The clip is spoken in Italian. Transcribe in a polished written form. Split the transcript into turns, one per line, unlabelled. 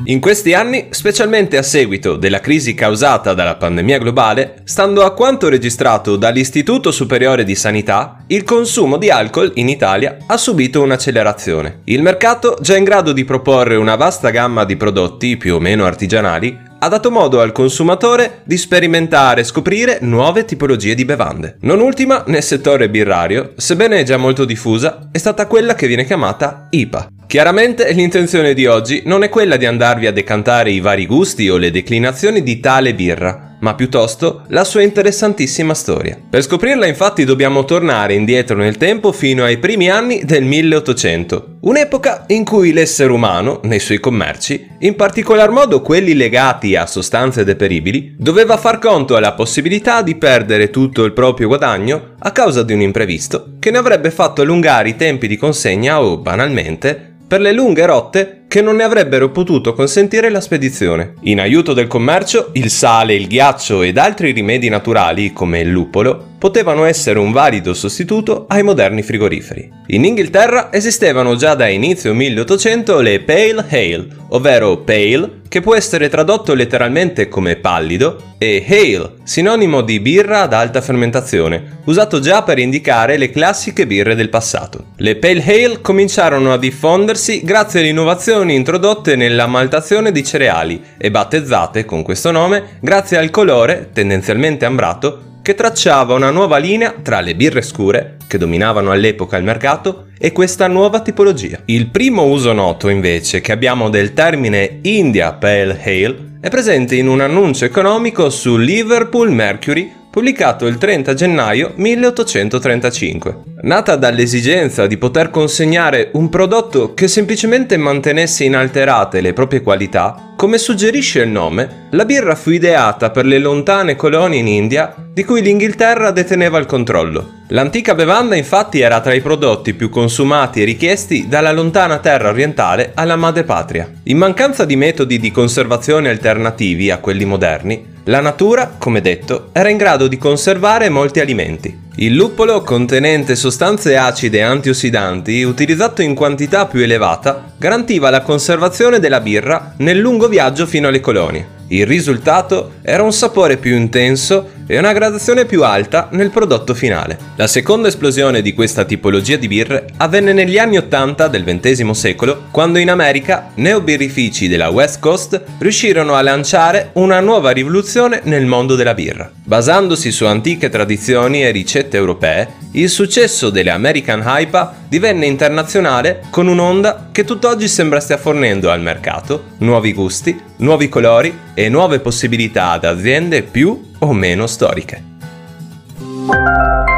In questi anni, specialmente a seguito della crisi causata dalla pandemia globale, stando a quanto registrato dall'Istituto Superiore di Sanità, il consumo di alcol in Italia ha subito un'accelerazione. Il mercato, già in grado di proporre una vasta gamma di prodotti più o meno artigianali, ha dato modo al consumatore di sperimentare e scoprire nuove tipologie di bevande. Non ultima, nel settore birrario, sebbene già molto diffusa, è stata quella che viene chiamata IPA. Chiaramente l'intenzione di oggi non è quella di andarvi a decantare i vari gusti o le declinazioni di tale birra, ma piuttosto la sua interessantissima storia. Per scoprirla infatti dobbiamo tornare indietro nel tempo fino ai primi anni del 1800, un'epoca in cui l'essere umano, nei suoi commerci, in particolar modo quelli legati a sostanze deperibili, doveva far conto alla possibilità di perdere tutto il proprio guadagno a causa di un imprevisto che ne avrebbe fatto allungare i tempi di consegna o, banalmente, per le lunghe rotte che non ne avrebbero potuto consentire la spedizione. In aiuto del commercio, il sale, il ghiaccio ed altri rimedi naturali, come il luppolo, potevano essere un valido sostituto ai moderni frigoriferi. In Inghilterra esistevano già da inizio 1800 le Pale Ale, ovvero pale, che può essere tradotto letteralmente come pallido, e ale, sinonimo di birra ad alta fermentazione, usato già per indicare le classiche birre del passato. Le Pale Ale cominciarono a diffondersi grazie alle innovazioni introdotte nella maltazione di cereali e battezzate con questo nome grazie al colore, tendenzialmente ambrato, che tracciava una nuova linea tra le birre scure, che dominavano all'epoca il mercato, e questa nuova tipologia. Il primo uso noto, invece, che abbiamo del termine India Pale Ale è presente in un annuncio economico su Liverpool Mercury pubblicato il 30 gennaio 1835. Nata dall'esigenza di poter consegnare un prodotto che semplicemente mantenesse inalterate le proprie qualità, come suggerisce il nome, la birra fu ideata per le lontane colonie in India di cui l'Inghilterra deteneva il controllo. L'antica bevanda infatti era tra i prodotti più consumati e richiesti dalla lontana terra orientale alla madrepatria. In mancanza di metodi di conservazione alternativi a quelli moderni, la natura, come detto, era in grado di conservare molti alimenti. Il luppolo, contenente sostanze acide e antiossidanti, utilizzato in quantità più elevata, garantiva la conservazione della birra nel lungo viaggio fino alle colonie. Il risultato era un sapore più intenso e una gradazione più alta nel prodotto finale. La seconda esplosione di questa tipologia di birre avvenne negli anni 80 del XX secolo, quando in America neobirrifici della West Coast riuscirono a lanciare una nuova rivoluzione nel mondo della birra. Basandosi su antiche tradizioni e ricette europee, il successo delle American IPA divenne internazionale con un'onda che tutt'oggi sembra stia fornendo al mercato nuovi gusti, nuovi colori e nuove possibilità ad aziende più o meno storiche.